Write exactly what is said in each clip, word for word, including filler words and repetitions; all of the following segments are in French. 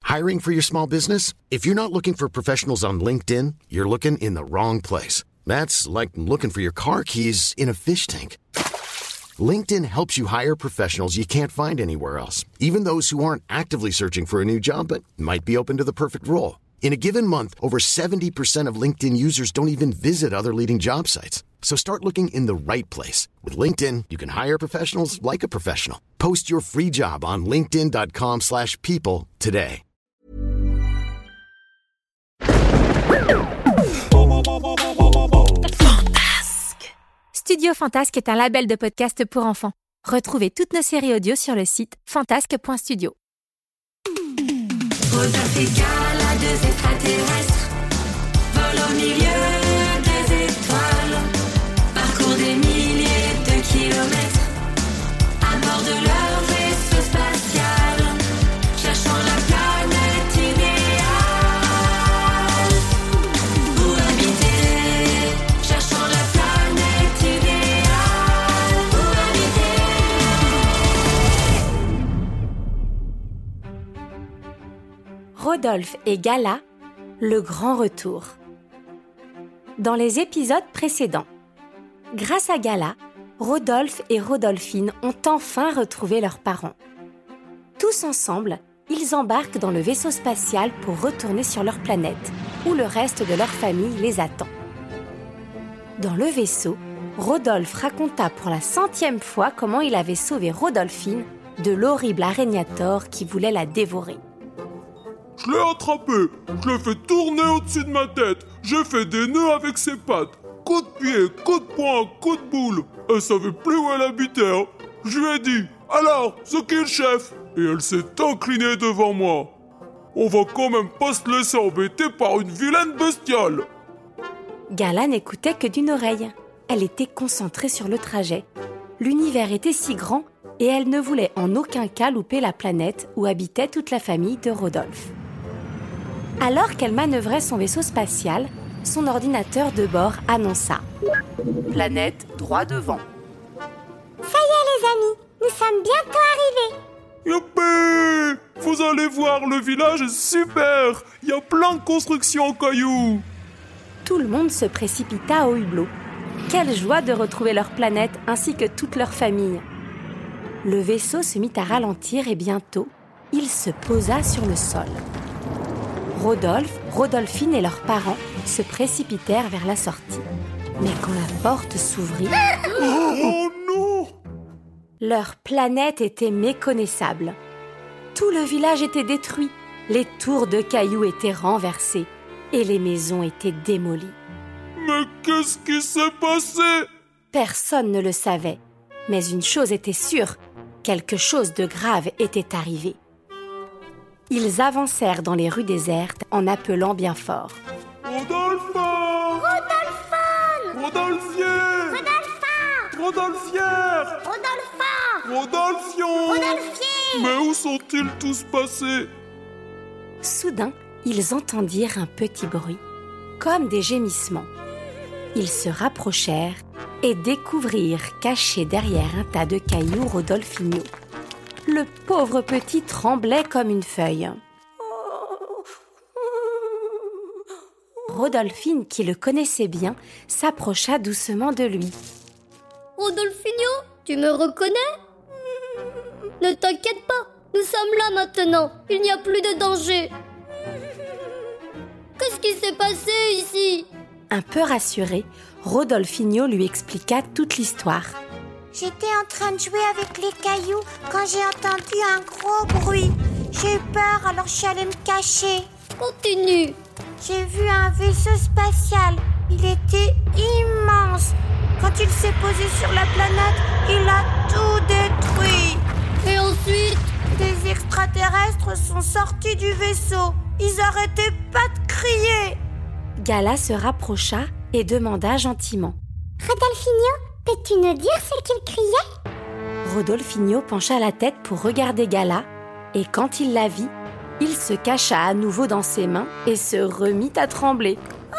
Hiring for your small business? If you're not looking for professionals on LinkedIn, you're looking in the wrong place. That's like looking for your car keys in a fish tank. LinkedIn helps you hire professionals you can't find anywhere else, even those who aren't actively searching for a new job but might be open to the perfect role. In a given month, over seventy percent of LinkedIn users don't even visit other leading job sites. So start looking in the right place. With LinkedIn, you can hire professionals like a professional. Post your free job on linkedin.com slash people today. Fantasque. Studio Fantasque est un label de podcast pour enfants. Retrouvez toutes nos séries audio sur le site fantasque point studio. Rodolphe et Gala, deux extraterrestres, volent au milieu des étoiles, parcourent des milliers de kilomètres, à bord de leur vaisseau spatial, cherchant la planète idéale. Où habiter, cherchant la planète idéale. Où habiter. Rodolphe et Gala, le grand retour. Dans les épisodes précédents, grâce à Gala, Rodolphe et Rodolphine ont enfin retrouvé leurs parents. Tous ensemble, ils embarquent dans le vaisseau spatial pour retourner sur leur planète, où le reste de leur famille les attend. Dans le vaisseau, Rodolphe raconta pour la centième fois comment il avait sauvé Rodolphine de l'horrible araignatore qui voulait la dévorer. Je l'ai attrapé, je l'ai fait tourner au-dessus de ma tête, j'ai fait des nœuds avec ses pattes, coup de pied, coup de poing, coup de boule. Elle savait plus où elle habitait, hein. Je lui ai dit, alors, c'est qui le chef? Et elle s'est inclinée devant moi. On va quand même pas se laisser embêter par une vilaine bestiole. Gala n'écoutait que d'une oreille. Elle était concentrée sur le trajet. L'univers était si grand et elle ne voulait en aucun cas louper la planète où habitait toute la famille de Rodolphe. Alors qu'elle manœuvrait son vaisseau spatial, son ordinateur de bord annonça « Planète droit devant ». Ça y est les amis, nous sommes bientôt arrivés. Youpi! Vous allez voir, le village est super! Il y a plein de constructions en cailloux! Tout le monde se précipita au hublot. Quelle joie de retrouver leur planète ainsi que toute leur famille. Le vaisseau se mit à ralentir et bientôt, il se posa sur le sol. Rodolphe, Rodolphine et leurs parents se précipitèrent vers la sortie. Mais quand la porte s'ouvrit... Oh non! Leur planète était méconnaissable. Tout le village était détruit, les tours de cailloux étaient renversées et les maisons étaient démolies. Mais qu'est-ce qui s'est passé? Personne ne le savait, mais une chose était sûre, quelque chose de grave était arrivé. Ils avancèrent dans les rues désertes en appelant bien fort. Rodolphe! Rodolphone! Rodolphier! Rodolpha! Rodolphière! Rodolpha! Rodolphion! Rodolphier! Mais où sont-ils tous passés? Soudain, ils entendirent un petit bruit, comme des gémissements. Ils se rapprochèrent et découvrirent, caché derrière un tas de cailloux, Rodolphinho. Le pauvre petit tremblait comme une feuille. Rodolphine, qui le connaissait bien, s'approcha doucement de lui. Rodolphinho, tu me reconnais? Ne t'inquiète pas, nous sommes là maintenant, il n'y a plus de danger. Qu'est-ce qui s'est passé ici? Un peu rassuré, Rodolphinho lui expliqua toute l'histoire. J'étais en train de jouer avec les cailloux quand j'ai entendu un gros bruit. J'ai eu peur, alors je suis allée me cacher. Continue. J'ai vu un vaisseau spatial. Il était immense. Quand il s'est posé sur la planète, il a tout détruit. Et ensuite? Des extraterrestres sont sortis du vaisseau. Ils arrêtaient pas de crier. Gala se rapprocha et demanda gentiment. Rodolphinho, peux-tu nous dire ce qu'il criait? Rodolphinho pencha la tête pour regarder Gala et quand il la vit, il se cacha à nouveau dans ses mains et se remit à trembler.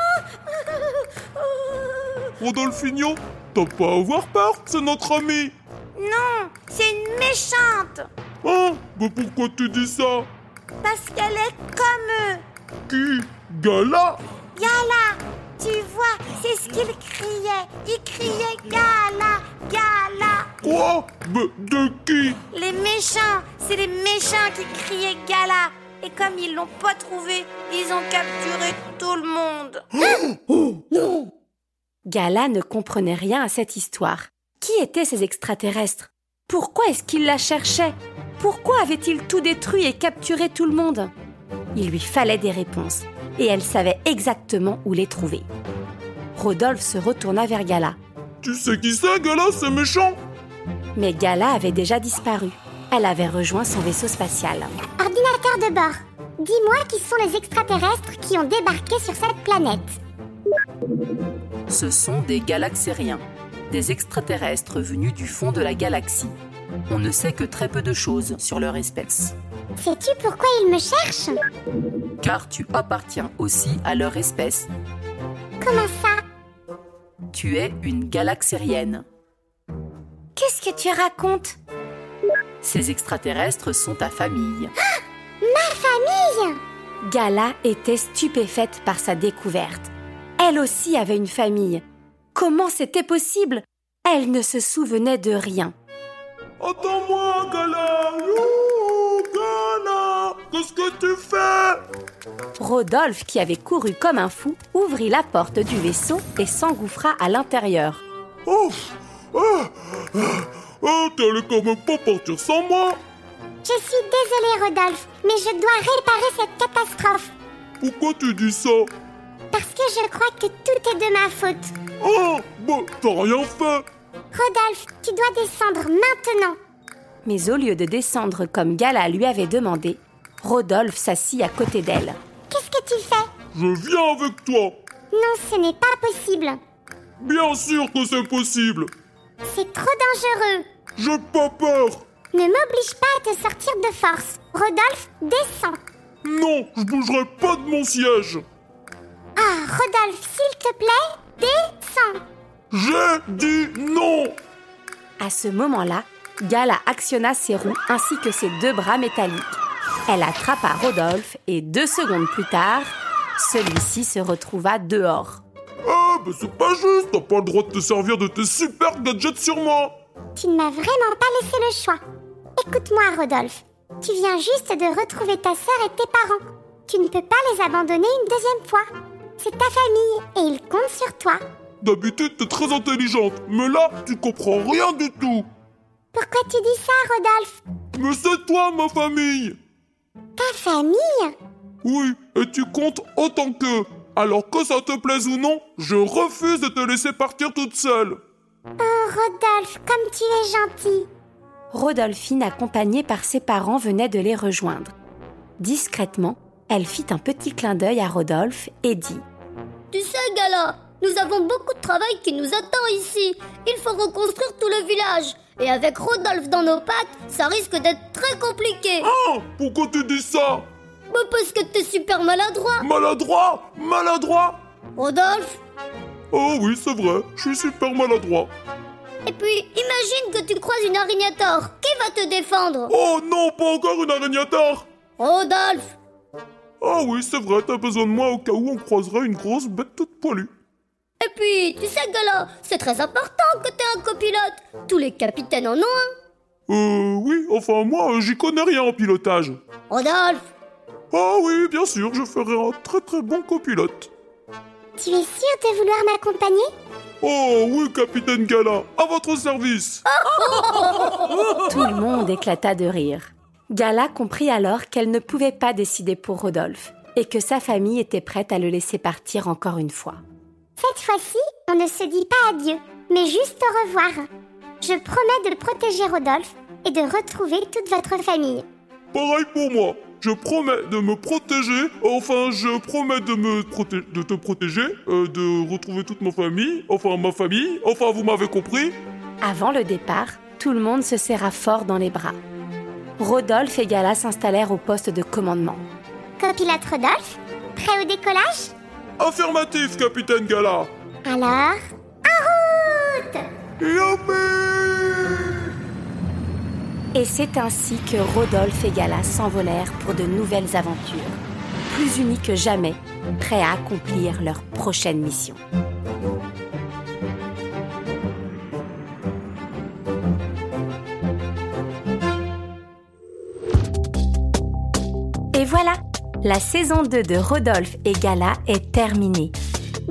Rodolphinho, t'as pas à avoir peur, c'est notre ami. Non, c'est une méchante. Hein? Mais pourquoi tu dis ça? parce qu'elle est comme eux. Qui? Gala? Gala, tu vois, c'est ce qu'il criait. Il criait Gala, Gala. Quoi? Mais de qui? Les méchants, c'est les méchants qui criaient Gala. Et comme ils l'ont pas trouvé, ils ont capturé tout le monde. Non! Gala ne comprenait rien à cette histoire. Qui étaient ces extraterrestres? Pourquoi est-ce qu'ils la cherchaient? Pourquoi avaient-ils tout détruit et capturé tout le monde? Il lui fallait des réponses, et elle savait exactement où les trouver. Rodolphe se retourna vers Gala. Tu sais qui c'est, Gala? C'est méchant. Mais Gala avait déjà disparu. Elle avait rejoint son vaisseau spatial. Ordinateur de bord, dis-moi qui sont les extraterrestres qui ont débarqué sur cette planète. Ce sont des galaxériens, des extraterrestres venus du fond de la galaxie. On ne sait que très peu de choses sur leur espèce. Sais-tu pourquoi ils me cherchent? Car tu appartiens aussi à leur espèce. Comment ça? Tu es une galaxérienne. Qu'est-ce que tu racontes? Ces extraterrestres sont ta famille. Ma famille! Gala était stupéfaite par sa découverte. Elle aussi avait une famille. Comment c'était possible? Elle ne se souvenait de rien. Attends-moi, Gala. Youhou, Gala. Qu'est-ce que tu fais? Rodolphe, qui avait couru comme un fou, ouvrit la porte du vaisseau et s'engouffra à l'intérieur. Oh, ah, ah, ah, t'allais quand même pas partir sans moi. Je suis désolée, Rodolphe, mais je dois réparer cette catastrophe. Pourquoi tu dis ça? Parce que je crois que tout est de ma faute. Ah, bah, t'as rien fait. Rodolphe, tu dois descendre maintenant. Mais au lieu de descendre comme Gala lui avait demandé, Rodolphe s'assit à côté d'elle. Qu'est-ce que tu fais? Je viens avec toi. Non, ce n'est pas possible. Bien sûr que c'est possible. C'est trop dangereux. J'ai pas peur. Ne m'oblige pas à te sortir de force. Rodolphe, descends. Non, je bougerai pas de mon siège. Ah, Rodolphe, s'il te plaît, descends. J'ai dit non. À ce moment-là, Gala actionna ses roues ainsi que ses deux bras métalliques. Elle attrapa Rodolphe et deux secondes plus tard, celui-ci se retrouva dehors. Ah, bah c'est pas juste. T'as pas le droit de te servir de tes super gadgets sur moi. Tu ne m'as vraiment pas laissé le choix. Écoute-moi, Rodolphe. Tu viens juste de retrouver ta sœur et tes parents. Tu ne peux pas les abandonner une deuxième fois. C'est ta famille et ils comptent sur toi. D'habitude, t'es très intelligente, mais là, tu comprends rien du tout. Pourquoi tu dis ça, Rodolphe? Mais c'est toi, ma famille. Ta famille? Oui, et tu comptes autant qu'eux. Alors que ça te plaise ou non, je refuse de te laisser partir toute seule. Oh, Rodolphe, comme tu es gentil. Rodolphine, accompagnée par ses parents, venait de les rejoindre. Discrètement, elle fit un petit clin d'œil à Rodolphe et dit Tu sais, Gala, nous avons beaucoup de travail qui nous attend ici. Il faut reconstruire tout le village. Et avec Rodolphe dans nos pattes, ça risque d'être très compliqué. Ah, pourquoi tu dis ça? Bah parce que t'es super maladroit. Maladroit? Maladroit? Rodolphe? Oh oui, c'est vrai, je suis super maladroit. Et puis, imagine que tu croises une araignataure. Qui va te défendre? Oh non, pas encore une araignataire. Rodolphe! Ah oui, c'est vrai, t'as besoin de moi au cas où on croiserait une grosse bête toute poilue. Et puis, tu sais, Gala, c'est très important que t'aies un copilote. Tous les capitaines en ont un. Euh, oui, enfin moi, j'y connais rien en pilotage. Rodolphe! Ah oui, bien sûr, je ferai un très très bon copilote. Tu es sûr de vouloir m'accompagner? Oh oui, capitaine Gala, à votre service. Tout le monde éclata de rire. Gala comprit alors qu'elle ne pouvait pas décider pour Rodolphe et que sa famille était prête à le laisser partir encore une fois. Cette fois-ci, on ne se dit pas adieu, mais juste au revoir. Je promets de protéger Rodolphe et de retrouver toute votre famille. Pareil pour moi. Je promets de me protéger, enfin je promets de me proté- de te protéger, euh, de retrouver toute ma famille, enfin ma famille, enfin vous m'avez compris. Avant le départ, tout le monde se serra fort dans les bras. Rodolphe et Gala s'installèrent au poste de commandement. Copilote Rodolphe, prêt au décollage? Affirmatif, capitaine Gala. Alors, en route! Youpi! Et c'est ainsi que Rodolphe et Gala s'envolèrent pour de nouvelles aventures, plus unis que jamais, prêts à accomplir leur prochaine mission. Et voilà, la saison deux de Rodolphe et Gala est terminée. Déjà ?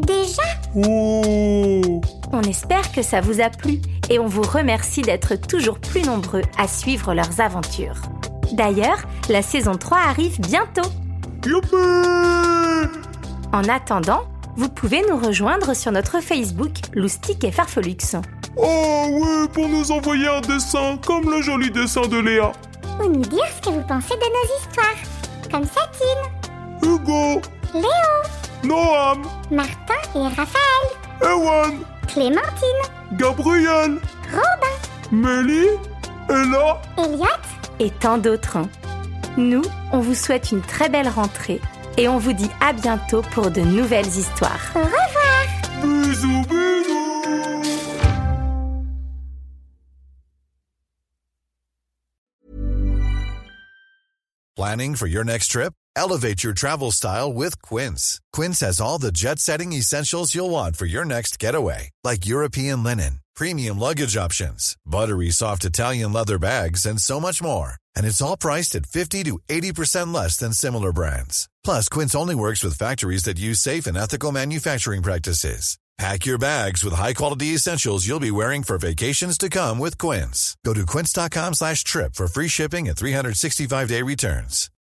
Oh! On espère que ça vous a plu et on vous remercie d'être toujours plus nombreux à suivre leurs aventures. D'ailleurs, la saison trois arrive bientôt. Youpi! En attendant, vous pouvez nous rejoindre sur notre Facebook Loustic et Farfelux. Oh oui, pour nous envoyer un dessin comme le joli dessin de Léa. Ou nous dire ce que vous pensez de nos histoires. Comme Satine, Hugo, Léo, Noam, Martin et Raphaël, Ewan, Clémentine, Gabriel, Robin, Mélie, Ella, Elliot. Et tant d'autres. Nous, on vous souhaite une très belle rentrée et on vous dit à bientôt pour de nouvelles histoires. Au revoir. bisous, bisous. Planning for your next trip? Elevate your travel style with Quince. Quince has all the jet-setting essentials you'll want for your next getaway, like European linen, premium luggage options, buttery soft Italian leather bags, and so much more. And it's all priced at fifty to eighty percent less than similar brands. Plus, Quince only works with factories that use safe and ethical manufacturing practices. Pack your bags with high-quality essentials you'll be wearing for vacations to come with Quince. Go to quince.com slash trip for free shipping and three sixty-five day returns.